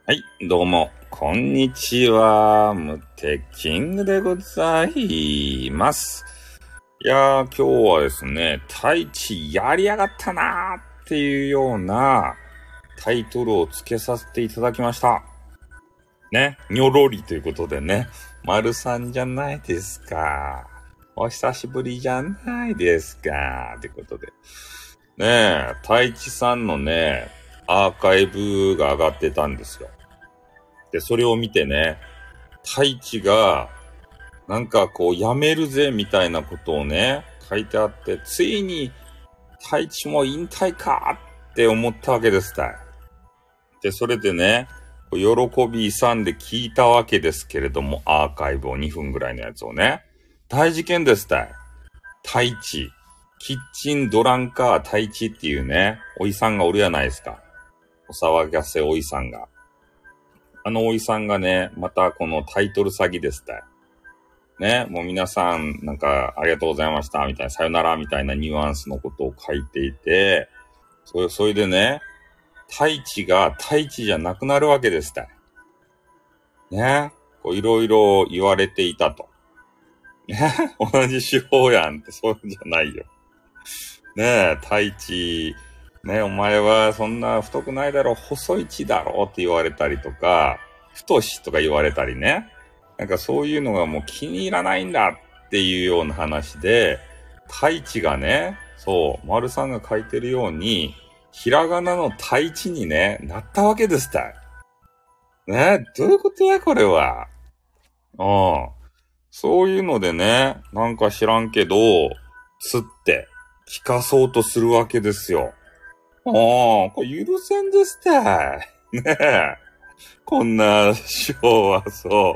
はい、どうも、こんにちは。ムテキングでございます。いやー、今日はですね、太一やりやがったなーっていうようなタイトルを付けさせていただきました。ね、にょろりということでね、丸さんじゃないですか。お久しぶりじゃないですか。ということで。ねえ、太一さんのね、アーカイブが上がってたんですよ。で、それを見てね、太一が、なんかこう、やめるぜ、みたいなことをね、書いてあって、ついに、太一も引退かって思ったわけですたい。で、それでね、喜び勇んで聞いたわけですけれども、アーカイブを2分ぐらいのやつをね、大事件ですたい。太一。キッチンドランカー太一っていうね、おいさんがおるやないですか。お騒がせおいさんが。あのおいさんがね、またこのタイトル詐欺ですって。ね、もう皆さんなんかありがとうございましたみたいな、さよならみたいなニュアンスのことを書いていて、それでね、太一が太一じゃなくなるわけですって。ね、こういろいろ言われていたと。ね、同じ手法やんってそうじゃないよ。ねえ、太一、ね、お前はそんな太くないだろ、細い血だろって言われたりとか、太しとか言われたりね。なんかそういうのがもう気に入らないんだっていうような話で、太一がね、そう、丸さんが書いてるように、ひらがなの太一にね、なったわけですたい。ね、どういうことや、これは。うん。そういうのでね、なんか知らんけど、つって、聞かそうとするわけですよ。ああ、これ許せんですって。ねえ。こんな昭和、そう、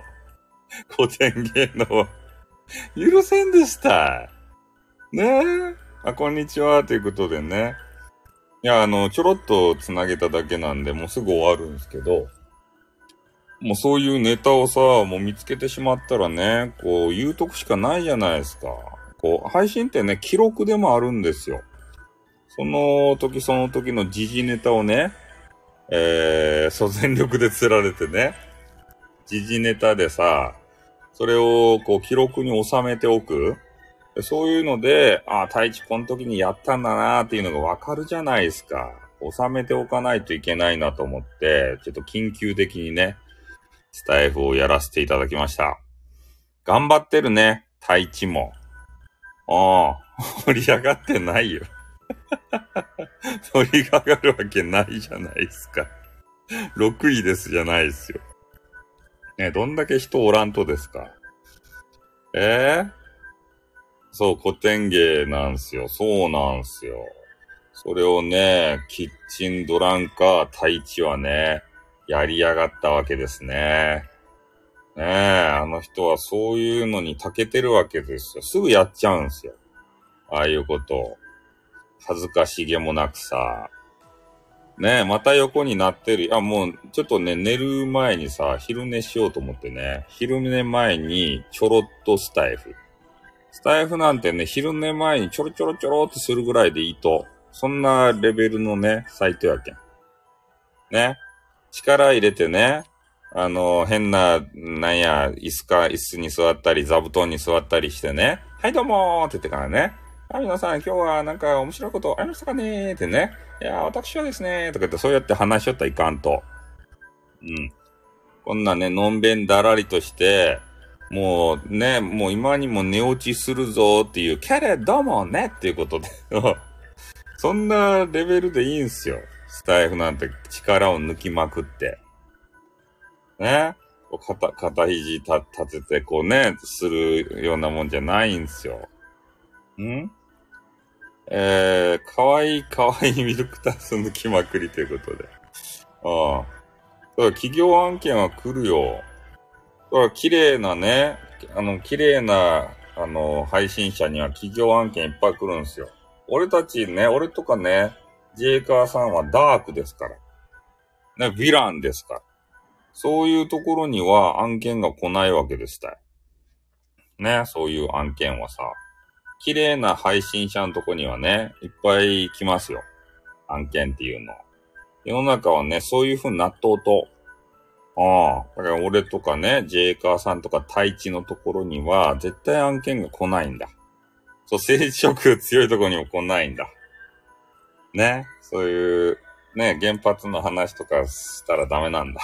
古典芸能、許せんでした。ねえ。こんにちは、ということでね。いや、ちょろっとつなげただけなんで、もうすぐ終わるんですけど、もうそういうネタをさ、もう見つけてしまったらね、こう言うとくしかないじゃないですか。こう、配信ってね、記録でもあるんですよ。その時その時の時事ネタをね、そう全力で釣られてね、時事ネタでさ、それをこう記録に収めておく。そういうので、太一この時にやったんだなーっていうのがわかるじゃないですか。収めておかないといけないなと思って、ちょっと緊急的にね、スタイフをやらせていただきました。頑張ってるね、太一も。盛り上がってないよ。盛り上がるわけないじゃないですか。6位ですじゃないですよ。ね、どんだけ人おらんとですか。そう、古典芸なんすよ。そうなんすよ。それをね、キッチンドランカー太一はね、やりやがったわけですね。ねえ、あの人はそういうのに長けてるわけですよ。すぐやっちゃうんすよ。ああいうことを。恥ずかしげもなくさ。ねえ、また横になってる。もう、ちょっとね、寝る前にさ、昼寝しようと思ってね、昼寝前にちょろっとスタイフ。スタイフなんてね、昼寝前にちょろちょろちょろってするぐらいでいいと。そんなレベルのね、サイトやけん。ね。力入れてね、変な、椅子に座ったり、座布団に座ったりしてね、はいどうもーって言ってからね、皆さん今日はなんか面白いことありましたかねーってね、いやー私はですねーとか言ってそうやって話しよったらいかんと。うん。こんなね、のんべんだらりとして、もうね、もう今にも寝落ちするぞーっていう、けれどもねっていうことで、そんなレベルでいいんすよ。スタイフなんて力を抜きまくって。ね。肩肘立ててこうね、するようなもんじゃないんすよ。かわいいミルクタス抜きまくりということで。ああ。だから企業案件は来るよ。だから綺麗なね、綺麗な、配信者には企業案件いっぱい来るんですよ。俺たちね、俺とかね、ジェイカーさんはダークですから。ね、ヴィランですから。そういうところには案件が来ないわけですたい。ね、そういう案件はさ。綺麗な配信者のとこにはね、いっぱい来ますよ。案件っていうの。世の中はね、そういう風になっとうと。 ああ。だから俺とかね、ジェイカーさんとか太一のところには、絶対案件が来ないんだ。そう、政治色強いところにも来ないんだ。ね。そういう、ね、原発の話とかしたらダメなんだ。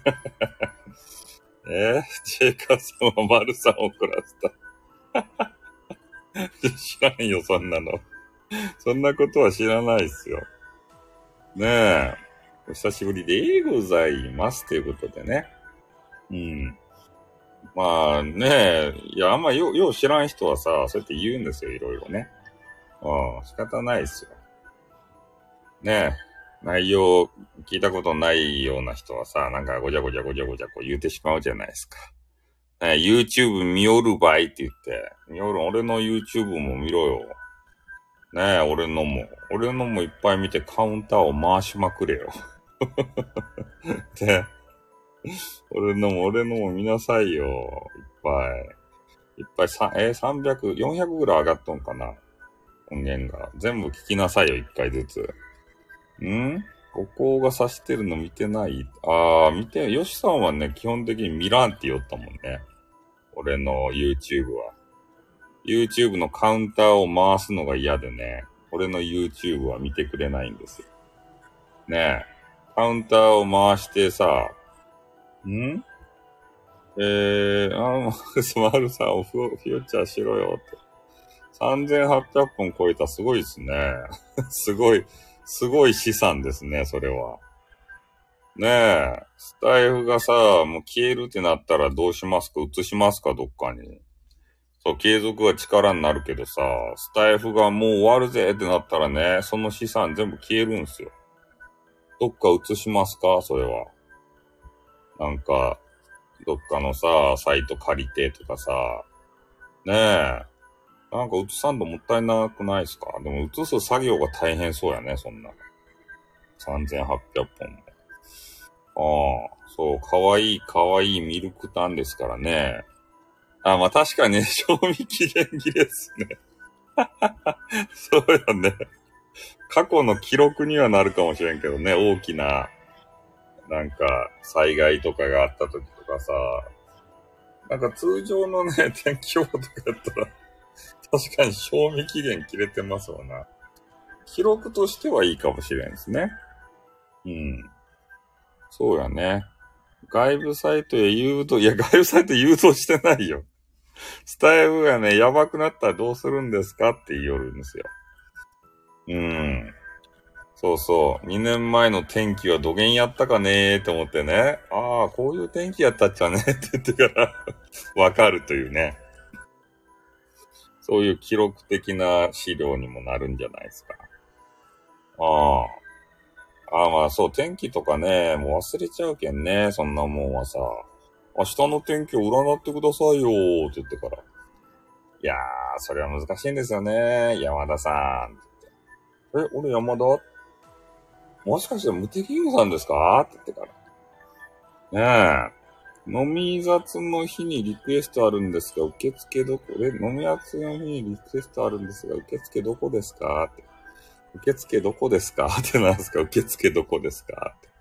ジェイカーさんは丸さんを怒らせた。知らんよ、そんなの。そんなことは知らないっすよ。ねえ。お久しぶりでございます。ということでね。うん。まあね、いや、あんまよう知らん人はさ、そうやって言うんですよ、いろいろね。うん、仕方ないっすよ。ね内容聞いたことないような人はさ、なんかごちゃごちゃごちゃごちゃこう言うてしまうじゃないですか。ね YouTube 見よるばいって言って、俺の YouTube も見ろよ。ね俺のもいっぱい見てカウンターを回しまくれよ。で、俺のも見なさいよ。いっぱい。いっぱい300、400ぐらい上がっとんかな。音源が。全部聞きなさいよ、一回ずつ。ここが指してるの見てない？見て、ヨシさんはね、基本的に見らんって言ったもんね。俺の YouTube は。YouTube のカウンターを回すのが嫌でね、俺の YouTube は見てくれないんですよ。ねえ。カウンターを回してさ、マルさんをフューチャーしろよって。3800本超えたすごいですね。すごい資産ですね、それは。ねえ、スタイフがさ、もう消えるってなったらどうしますか？移しますか？どっかに。そう、継続が力になるけどさ、スタイフがもう終わるぜってなったらね、その資産全部消えるんすよ。どっか移しますか？それは。なんか、どっかのさ、サイト借りてとかさ、ねえ。なんか移さんともったいなくないですか？でも移す作業が大変そうやね、そんな。3800本も。ああ、そう、かわいいミルクタンですからね。まあ確かにね、賞味期限切れですね。そうやね。過去の記録にはなるかもしれんけどね、大きな、なんか、災害とかがあった時とかさ、なんか通常のね、天気予報とかやったら、確かに賞味期限切れてますわな。記録としてはいいかもしれんですね。うん。そうやね。外部サイトへ誘導、いや、外部サイト誘導してないよ。スタイルがね、やばくなったらどうするんですかって言いよるんですよ。そうそう。2年前の天気はどげんやったかねーって思ってね。こういう天気やったっちゃねって言ってからわかるというね。そういう記録的な資料にもなるんじゃないですか。まあそう、天気とかね、もう忘れちゃうけんね、そんなもんはさ。明日の天気を占ってくださいよーって言ってから。いやー、それは難しいんですよね、山田さん。俺山田？もしかして無敵ユさんですかって言ってから。ねえ。飲み雑の日にリクエストあるんですが、受付どこ飲み雑の日にリクエストあるんですが、受付どこですかって。受付どこですかってなんですか？受付どこですかって。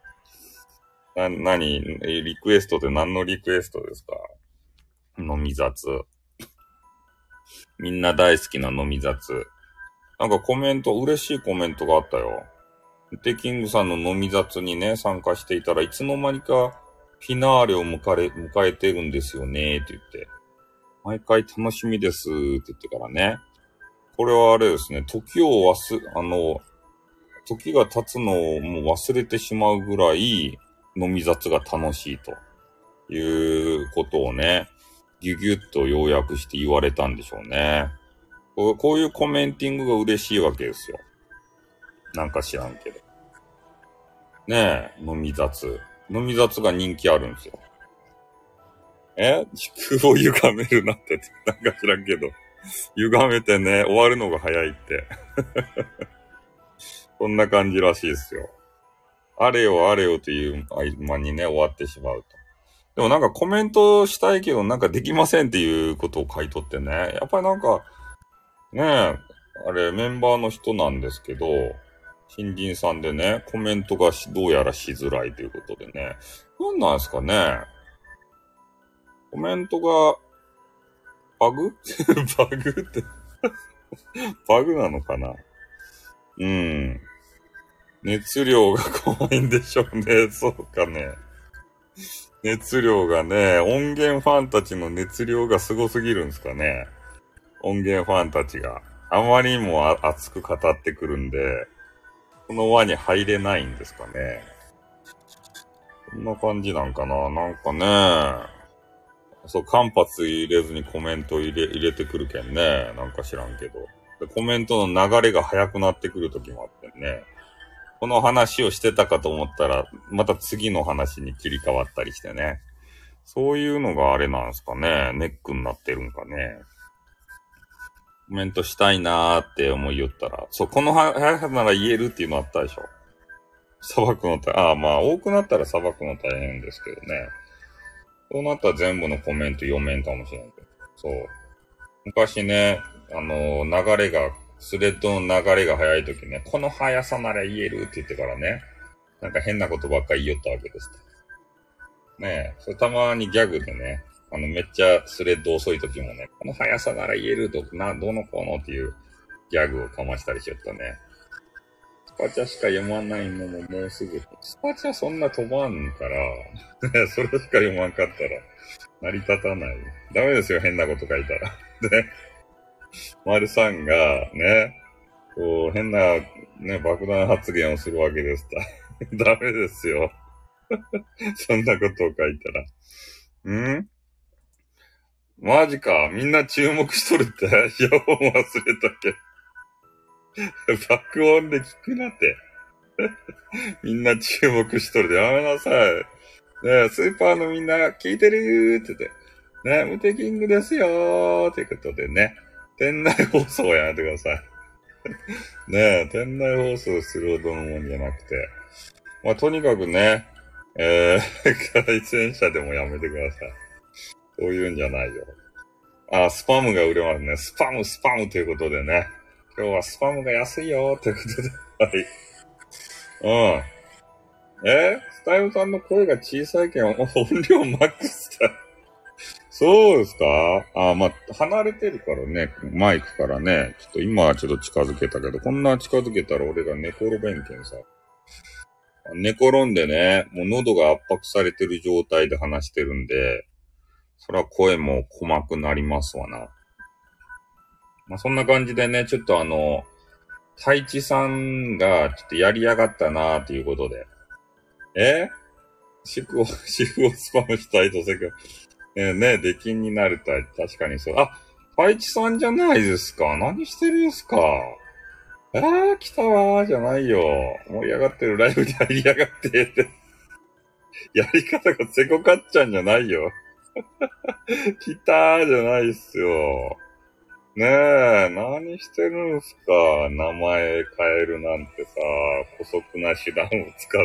リクエストって何のリクエストですか？飲み雑。みんな大好きな飲み雑。なんか嬉しいコメントがあったよ。テキングさんの飲み雑にね、参加していたらいつの間にかフィナーレを迎えてるんですよねって言って。毎回楽しみですって言ってからね。これはあれですね、時が経つのをもう忘れてしまうぐらい飲み雑が楽しいということをね、ギュギュッと要約して言われたんでしょうね。こういうコメンティングが嬉しいわけですよ。なんか知らんけど。ねえ、飲み雑。飲み雑が人気あるんですよ。時空を歪めるなって、なんか知らんけど。歪めてね、終わるのが早いって。こんな感じらしいですよ。あれよあれよという合間にね、終わってしまうと。でもなんかコメントしたいけどなんかできませんっていうことを書いとってね。やっぱりなんか、ねえ、あれメンバーの人なんですけど、 新人さんでね、コメントがどうやらしづらいということでね。なんなんですかね。コメントが、バグバグってバグなのかな。うん。熱量が怖いんでしょうね。そうかね。熱量がね、音源ファンたちの熱量がすごすぎるんですかね。音源ファンたちが。あまりにも熱く語ってくるんで、この輪に入れないんですかね。こんな感じなんかな。なんかね、そう、間髪入れずにコメント入れてくるけんね。なんか知らんけど。でコメントの流れが速くなってくる時もあってね。この話をしてたかと思ったら、また次の話に切り替わったりしてね。そういうのがあれなんですかね。ネックになってるんかね。コメントしたいなーって思いよったら。そう、この速さなら言えるっていうのあったでしょ。裁くのまあ、多くなったら裁くの大変ですけどね。そうなったら全部のコメント読めんかもしれんけど。そう。昔ね、流れが、スレッドの流れが速い時ね、この速さなら言えるって言ってからね、なんか変なことばっかり言いよったわけです。ねえ、それたまにギャグでね、めっちゃスレッド遅い時もね、この速さなら言えると、どうのこうのっていうギャグをかましたりしよったね。スパチャしか読まないのももうすぐ。スパチャそんな飛ばんから、それしか読まんかったら、成り立たない。ダメですよ、変なこと書いたら。で、丸さんが、ね、こう、変な、ね、爆弾発言をするわけですと。ダメですよ。そんなことを書いたら。マジか。みんな注目しとるって。イヤホン忘れたけ。爆音で聞くなって。みんな注目しとるで。やめなさい。ねスーパーのみんな聞いてるーって言って。ねムテキングですよーってことでね。店内放送はやめてください。ね店内放送するほどのもんじゃなくて。まあ、とにかくね、外戦車でもやめてください。そういうんじゃないよ。スパムが売れますね。スパムということでね。今日はスパムが安いよということで。はい。スタイルさんの声が小さいけん、音量マックスだ。そうですかまあ、離れてるからね、マイクからね。ちょっと今はちょっと近づけたけど、こんな近づけたら俺が寝転べんけんさ。寝転んでね、もう喉が圧迫されてる状態で話してるんで、それは声も細くなりますわな。まあ、そんな感じでね、ちょっと太一さんがちょっとやりやがったなーっていうことで。シフをスパムしたいとせか。出禁になるとは確かにそう。太一さんじゃないですか。何してるんすか。来たわーじゃないよ。盛り上がってるライブでやりやがってって。やり方がせこかっちゃんじゃないよ。来たーじゃないっすよ。ねえ、何してるんすか。名前変えるなんてさ、姑息な手段を使って。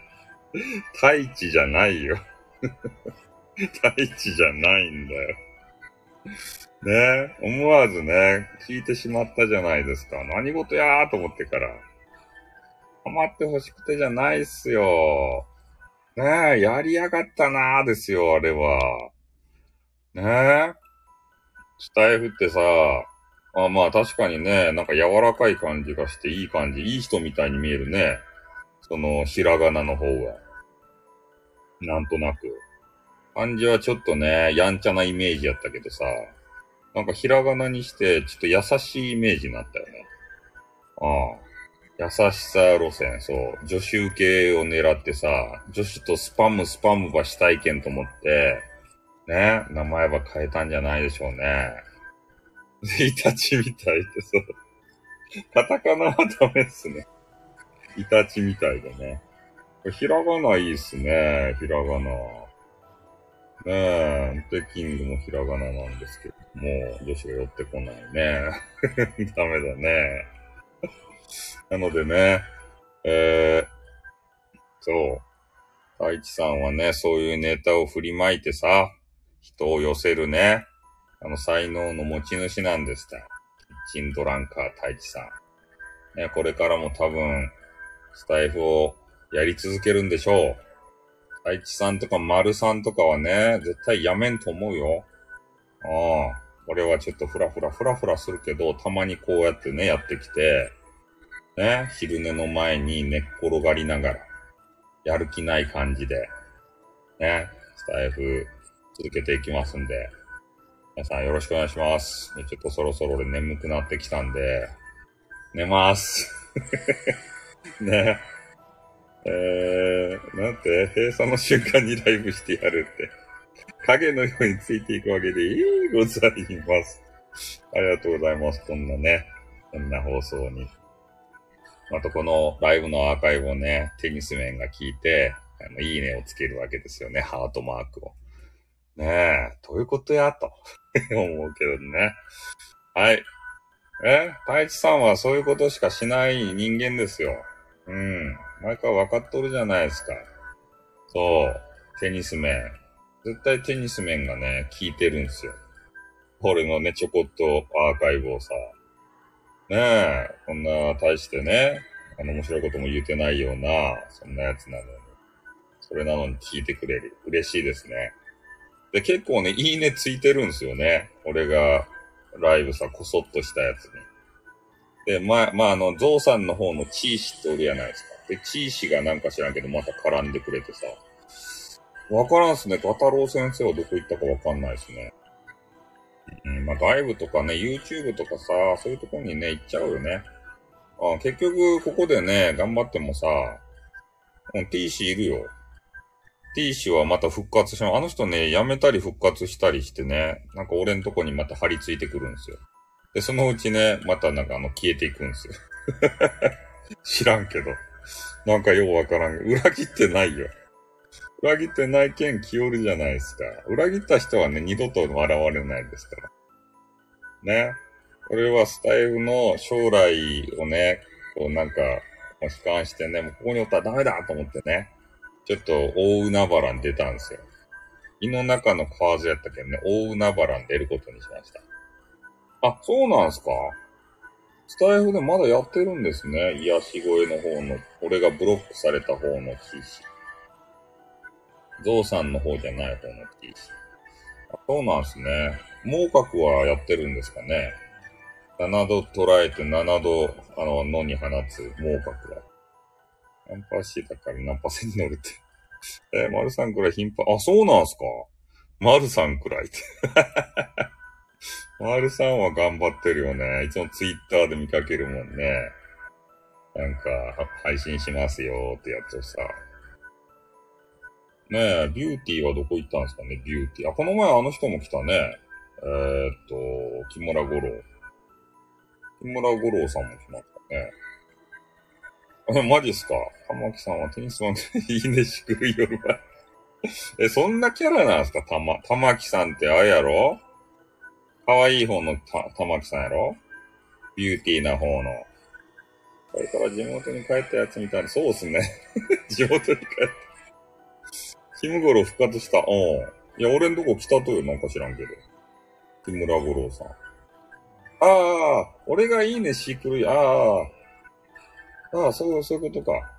太一じゃないよ。太一じゃないんだよ。ねえ、思わずね、聞いてしまったじゃないですか。何事やーと思ってから。ハマってほしくてじゃないっすよ。ねえ、やりやがったなーですよ、あれは。ねえ、スタイフってさ、まあ確かにね、なんか柔らかい感じがしていい感じ、いい人みたいに見えるね。その、ひらがなの方が。なんとなく。漢字はちょっとね、やんちゃなイメージやったけどさ、なんかひらがなにして、ちょっと優しいイメージになったよね。優しさ路線、そう。女子受けを狙ってさ、女子とスパムばしたいけんと思って、ね、名前は変えたんじゃないでしょうね。イタチみたいってそう。カタカナはダメっすね。イタチみたいでね。ひらがないいっすね、ひらがな。ねえ、で、キングもひらがななんですけども、女子が寄ってこないね。ダメだね。なのでね、そう。太一さんはね、そういうネタを振りまいてさ、人を寄せるね、才能の持ち主なんですた。キッチンドランカー太一さん。ね、これからも多分、 スタイフをやり続けるんでしょう。太一さんとか丸さんとかはね、絶対やめんと思うよ。俺はちょっとフラフラするけど、たまにこうやってね、やってきて、ね、昼寝の前に寝っ転がりながら、やる気ない感じで、ね、スタイフ続けていきますんで、皆さんよろしくお願いします。ちょっとそろそろ俺眠くなってきたんで、寝ます。ね。なんて、閉鎖の瞬間にライブしてやるって。影のようについていくわけでございます。ありがとうございます。こんなね、こんな放送に。またこのライブのアーカイブをね、テニス面が聞いて、いいねをつけるわけですよね、ハートマークを。ねえ、どういうことやと思うけどね。はい。太一さんはそういうことしかしない人間ですよ。毎回分かっとるじゃないですか。そう。テニス面。絶対テニス面がね、聞いてるんですよ。俺のね、ちょこっとアーカイブをさ。ねえ、こんな大してね、面白いことも言ってないような、そんなやつなのに。それなのに聞いてくれる。嬉しいですね。で、結構ね、いいねついてるんですよね。俺が、ライブさ、こそっとしたやつに。で、ゾウさんの方のチーシっておるやないですか。で、チーシがなんか知らんけど、また絡んでくれてさ。わからんっすね。ガタロウ先生はどこ行ったかわかんないですね。外部とかね、YouTube とかさ、そういうところにね、行っちゃうよね。結局、ここでね、頑張ってもさ、T 氏いるよ。T 氏はまた復活しまあの人ね、辞めたり復活したりしてね、なんか俺んとこにまた張り付いてくるんですよ。で、そのうちね、またなんか消えていくんですよ。知らんけど。なんかようわからん。裏切ってないよ。裏切ってない件気おるじゃないですか。裏切った人はね、二度と現れないですから。ね。これはスタイルの将来をね、こうなんか、悲観してね、もうここにおったらダメだと思ってね、ちょっと大海原に出たんですよ。胃の中の蛙やったけどね、大海原に出ることにしました。あ、そうなんすか？スタイフでまだやってるんですね。癒し声の方の、俺がブロックされた方の T 氏。ゾウさんの方じゃない方の T 氏。あ、そうなんすね。猛角はやってるんですかね。7度捉えて7度、野に放つ猛角は。ナンパしてたからナンパ線に乗るって。丸さんくらい頻繁、あ、そうなんすか。丸さんくらいって。丸さんは頑張ってるよね。いつもツイッターで見かけるもんね。なんか、配信しますよってやつをさ。ねえ、ビューティーはどこ行ったんですかね、ビューティー。あ、この前あの人も来たね。木村五郎。木村五郎さんも来ましたね。マジっすか？玉木さんはテニスマンでいいねしくる夜は。そんなキャラなんすか？玉木さんってあれやろ？可愛い方の玉木さんやろ？ビューティーな方の。これから地元に帰ったやつみたいな。そうっすね。地元に帰った。キムゴロ復活した。いや、俺んとこ来たとよ。なんか知らんけど。木村五郎さん。俺がいいねしくる。そういうことか。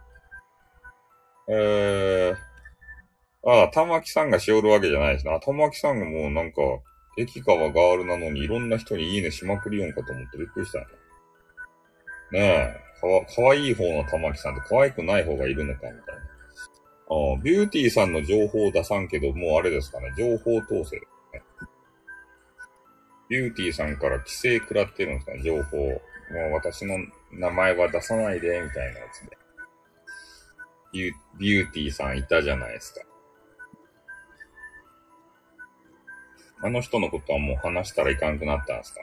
玉木さんがしおるわけじゃないしな。玉木さんがもうなんか、駅川ガールなのにいろんな人にいいねしまくりよんかと思ってびっくりしたね。ねえ、かわいい方の玉木さんって可愛くない方がいるのかみたいな。ビューティーさんの情報を出さんけど、もうあれですかね、情報統制ですね。ビューティーさんから規制食らってるんですかね、情報。もう私の名前は出さないで、みたいなやつで。ビューティーさんいたじゃないですか。あの人のことはもう話したらいかんくなったんですかね。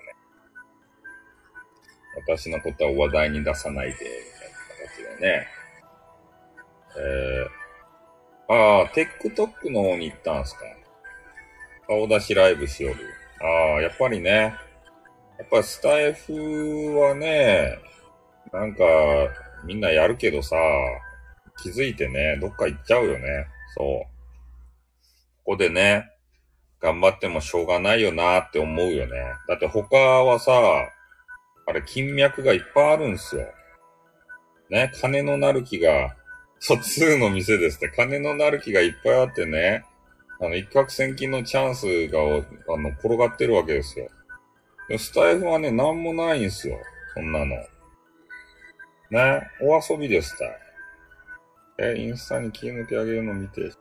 私のことは話題に出さないで、みたいな形でね。TikTok の方に行ったんすか？顔出しライブしよる。やっぱりね。やっぱスタイフはね、なんか、みんなやるけどさ、気づいてね、どっか行っちゃうよね。そう。ここでね、頑張ってもしょうがないよなって思うよね。だって他はさ、あれ金脈がいっぱいあるんすよ。 ね、金のなる木が、2の店ですって、金のなる木がいっぱいあってね、一攫千金のチャンスが、転がってるわけですよ。でスタイフはね、なんもないんですよ。そんなの。ね、お遊びですたい。インスタに気抜き上げるの見て、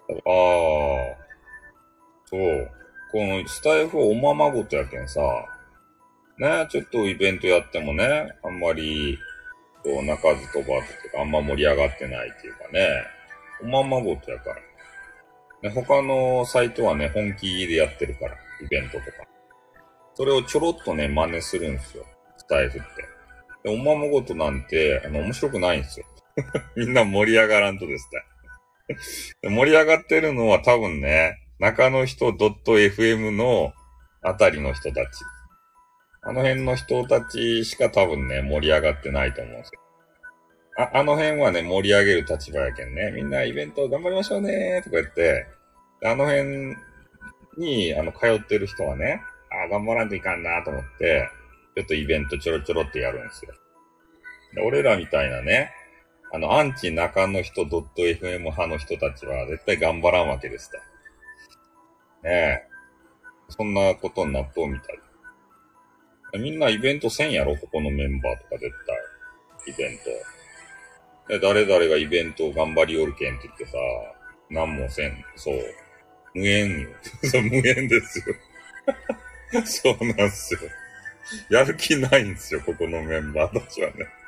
そう。このスタイフおままごとやけんさ、ね、ちょっとイベントやってもね、あんまり、こう、鳴かず飛ばずとか、あんま盛り上がってないっていうかね、おままごとやから。ね、他のサイトはね、本気でやってるから、イベントとか。それをちょろっとね、真似するんですよ。スタイフって。でおままごとなんて、面白くないんですよ。みんな盛り上がらんとですね。盛り上がってるのは多分ね、中の人 .fm のあたりの人たち。あの辺の人たちしか多分ね、盛り上がってないと思うんですよ。あの辺はね、盛り上げる立場やけんね。みんなイベント頑張りましょうねーとか言って、あの辺に、通ってる人はね、頑張らんといかんなと思って、ちょっとイベントちょろちょろってやるんですよ。で俺らみたいなね、アンチ中の人 .fm 派の人たちは絶対頑張らんわけですと。ねえ。そんなことになっとうみたい。みんなイベントせんやろここのメンバーとか絶対。イベント。で、誰々がイベントを頑張りおるけんって言ってさ、なんもせん。そう。無縁よ。そう、無縁ですよ。そうなんすよ。やる気ないんですよ、ここのメンバーたちはね。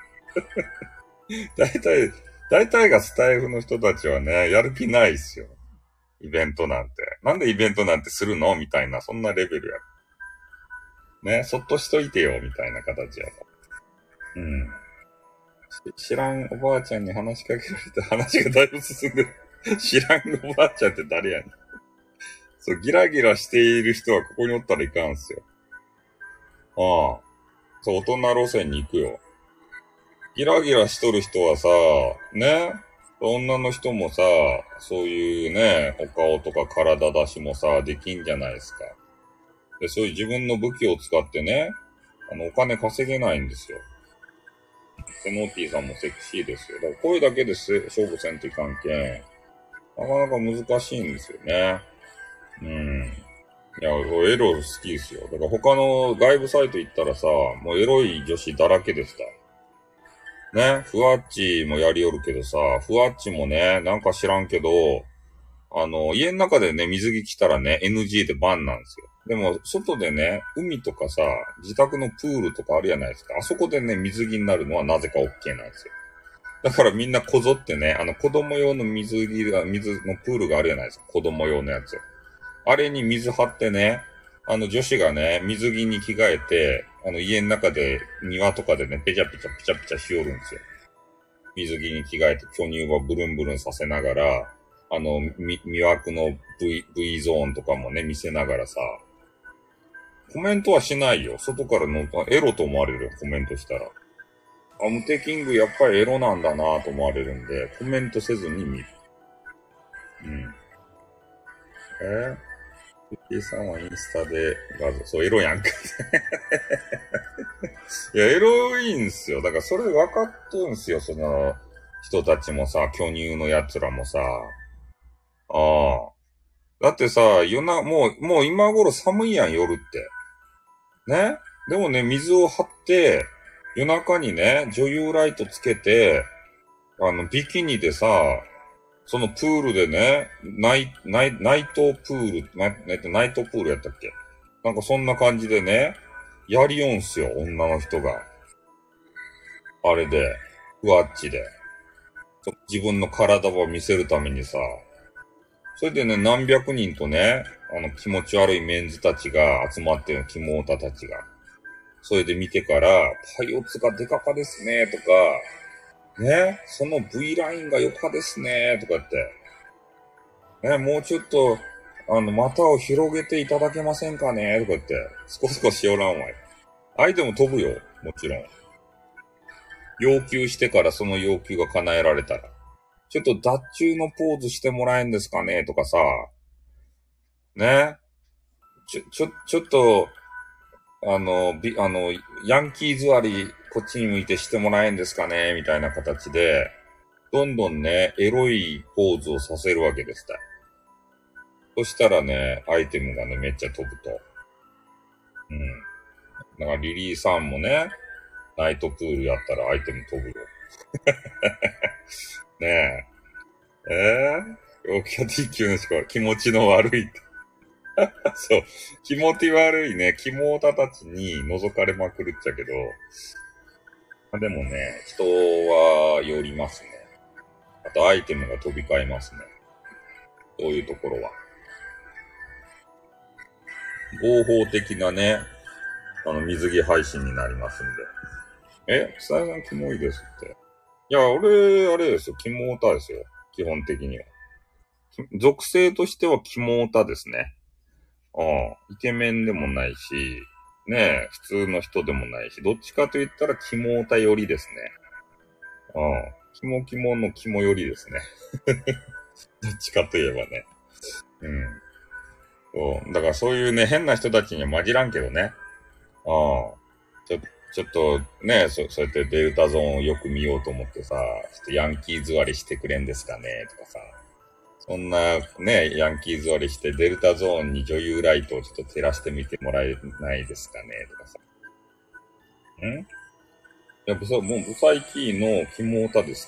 大体がスタイフの人たちはね、やる気ないっすよ。イベントなんて。なんでイベントなんてするのみたいな、そんなレベルや。ね、そっとしといてよ、みたいな形や。うん。知らんおばあちゃんに話しかけられて話がだいぶ進んでる。知らんおばあちゃんって誰やねん。そう、ギラギラしている人はここにおったらいかんすよ。ああ。そう、大人路線に行くよ。ギラギラしとる人はさ、ね、女の人もさ、そういうね、お顔とか体出しもさ、できんじゃないですか。で、そういう自分の武器を使ってね、お金稼げないんですよ。セノーティーさんもセクシーですよ。だから声だけで勝負せんといかんけん、なかなか難しいんですよね。うん。いや、エロ好きですよ。だから他の外部サイト行ったらさ、もうエロい女子だらけでした。ね、ふわっちもやりよるけどさ、ふわっちもね、なんか知らんけど、家の中でね、水着着たらね、NG でバンなんですよ。でも、外でね、海とかさ、自宅のプールとかあるじゃないですか。あそこでね、水着になるのはなぜか OK なんですよ。だからみんなこぞってね、子供用の水のプールがあるじゃないですか。子供用のやつ。あれに水張ってね、女子がね、水着に着替えて、家の中で、庭とかでね、ペチャペチャペチャペチャしよるんですよ。水着に着替えて巨乳はブルンブルンさせながら、魅惑の V ゾーンとかもね、見せながらさ、コメントはしないよ。外からの、エロと思われるよ、コメントしたら。ムテキングやっぱりエロなんだなと思われるんで、コメントせずに見る。うん。P さんはインスタで画像、そう、エロやんか。いや、エロいんすよ。だからそれ分かっとんすよ、その人たちもさ、巨乳の奴らもさ。ああ。だってさ、もう今頃寒いやん、夜って。ね。でもね、水を張って、夜中にね、女優ライトつけて、ビキニでさ、そのプールでね、ナイトプール、ナイトプールやったっけなんかそんな感じでね、やりよんすよ、女の人が。あれで、ふわっちで。自分の体を見せるためにさ。それでね、何百人とね、気持ち悪いメンズたちが集まってる、キモータたちが。それで見てから、パイオツがデカかですね、とか、ね、その V ラインが良かですね、とか言って。ね、もうちょっと、股を広げていただけませんかね、とか言って。スコスコしおらんわい。相手も飛ぶよ、もちろん。要求してからその要求が叶えられたら。ちょっと脱臼のポーズしてもらえんですかねとかさ。ね。ちょっと、ヤンキー座りこっちに向いてしてもらえんですかねみたいな形で、どんどんね、エロいポーズをさせるわけですたい。そしたらね、アイテムがね、めっちゃ飛ぶと。うん。だからリリーさんもね、ナイトプールやったらアイテム飛ぶよ。ねえ。キャティ級の人は気持ちの悪いって。そう。気持ち悪いね、キモオタたちに覗かれまくるっちゃけど、でもね、人は寄りますね。あとアイテムが飛び交いますね。そういうところは。合法的なね、水着配信になりますんで。草谷さんキモいですって。いや、俺、あれですよ。キモオタですよ。基本的には。属性としてはキモオタですね。イケメンでもないし、ねえ、普通の人でもないし、どっちかと言ったらキモオタ寄りですね。キモキモのキモ寄りですね。どっちかといえばね。うん。そう。だからそういうね、変な人たちには混じらんけどね。ちょっとね、そうやってデルタゾーンをよく見ようと思ってさ、ちょっとヤンキー座りしてくれんですかねとかさ。そんなね、ヤンキー座りしてデルタゾーンに女優ライトをちょっと照らしてみてもらえないですかねとかさ。いや、もうブサイキーのキモオタでした。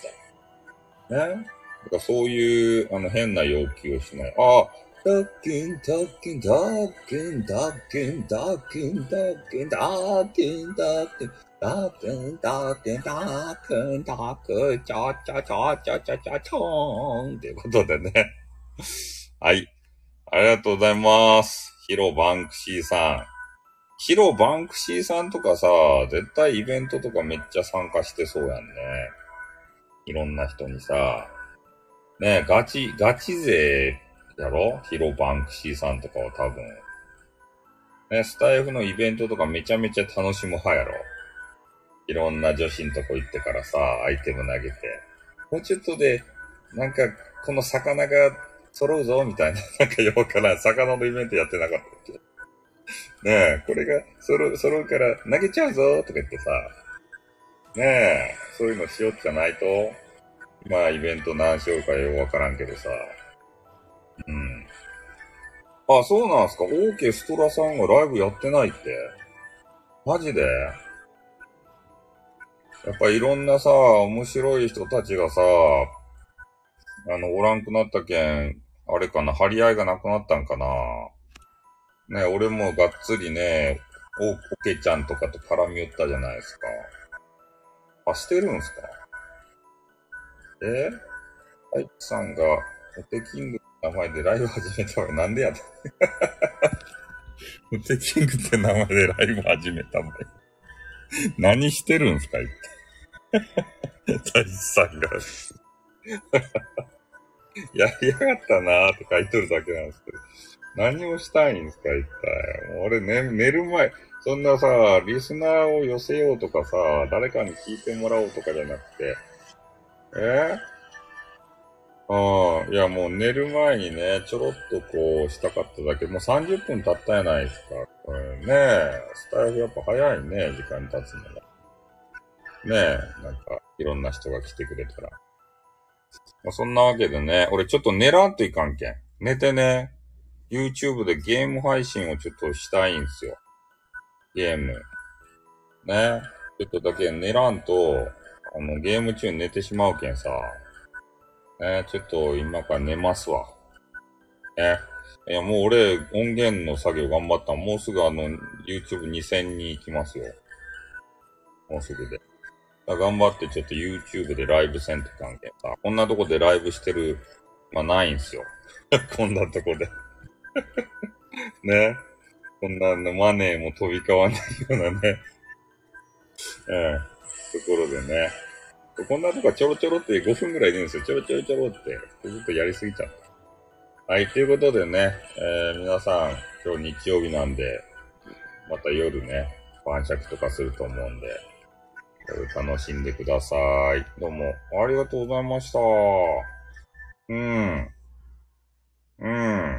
ね。だからそういう、変な要求をしない。ドッキン、ドッキン、ドッキン、ドッキン、ドッキン、ドッキン、ドッキン、ドッキン、ドッキン、ドッキン、ドッキン、ドッキン、チャチャチャチャチャチャチョーンっていうことでね。はい。ありがとうございます。ヒロバンクシーさん。ヒロバンクシーさんとかさ、絶対イベントとかめっちゃ参加してそうやんね。いろんな人にさ。ねえ、ガチ勢やろヒロバンクシーさんとかは多分。ね、スタイフのイベントとかめちゃめちゃ楽しむ派やろ。いろんな女子んとこ行ってからさ、アイテム投げて。もうちょっとで、なんか、この魚が揃うぞ、みたいな。なんかよくわからん。魚のイベントやってなかったっけ。ねえ、これが揃うから投げちゃうぞ、とか言ってさ。ねえ、そういうのしよっちゃないと。まあ、イベント何しようかよくわからんけどさ。うん。そうなんすか。オーケストラさんがライブやってないって。マジでやっぱいろんなさ、面白い人たちがさ、おらんくなったけん、あれかな、張り合いがなくなったんかな。ね、俺もがっつりね、オケちゃんとかと絡み寄ったじゃないですか。してるんすか。アイチさんが、モテキングの名前でライブ始めたわ。なんでやったモテキングって名前でライブ始めたんだよ。何してるんすか一体。大地さんが。やりやがったなーって書いとるだけなんですけど。何をしたいんですか一体。もう俺ね、寝る前、そんなさ、リスナーを寄せようとかさ、誰かに聞いてもらおうとかじゃなくて、いやもう寝る前にね、ちょろっとこうしたかっただけ、もう30分経ったやないですか。これね、スタイルやっぱ早いね、時間経つのが。ねなんか、いろんな人が来てくれたら。そんなわけでね、俺ちょっと寝らんといかんけん。寝てね、YouTube でゲーム配信をちょっとしたいんすよ。ゲーム。ね。ちょっとだけ寝らんと、ゲーム中に寝てしまうけんさ。ね、ちょっと今から寝ますわ。ね。いや、もう俺、音源の作業頑張ったもうすぐYouTube2000 に行きますよ。もうすぐで。頑張ってちょっと YouTube でライブせんと関係さ。こんなとこでライブしてる、ないんすよ。こんなとこで。ね。こんなのマネーも飛び交わないようなね。ところでね。こんなとこちょろちょろって5分ぐらいでいいんですよ。ちょろちょろちょろって。ずっとやりすぎちゃった。はい、ということでね、皆さん、今日日曜日なんで、また夜ね、晩酌とかすると思うんで、楽しんでください。どうも、ありがとうございました。うん。うん。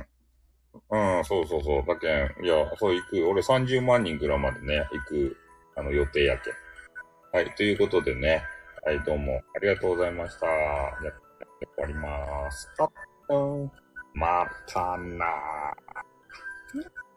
うん、そうそうそう。だけん、いや、そう行く。俺30万人ぐらいまでね、行く、予定やけん。 はい、ということでね。はい、どうもありがとうございました。じゃあ、終わります。またなー。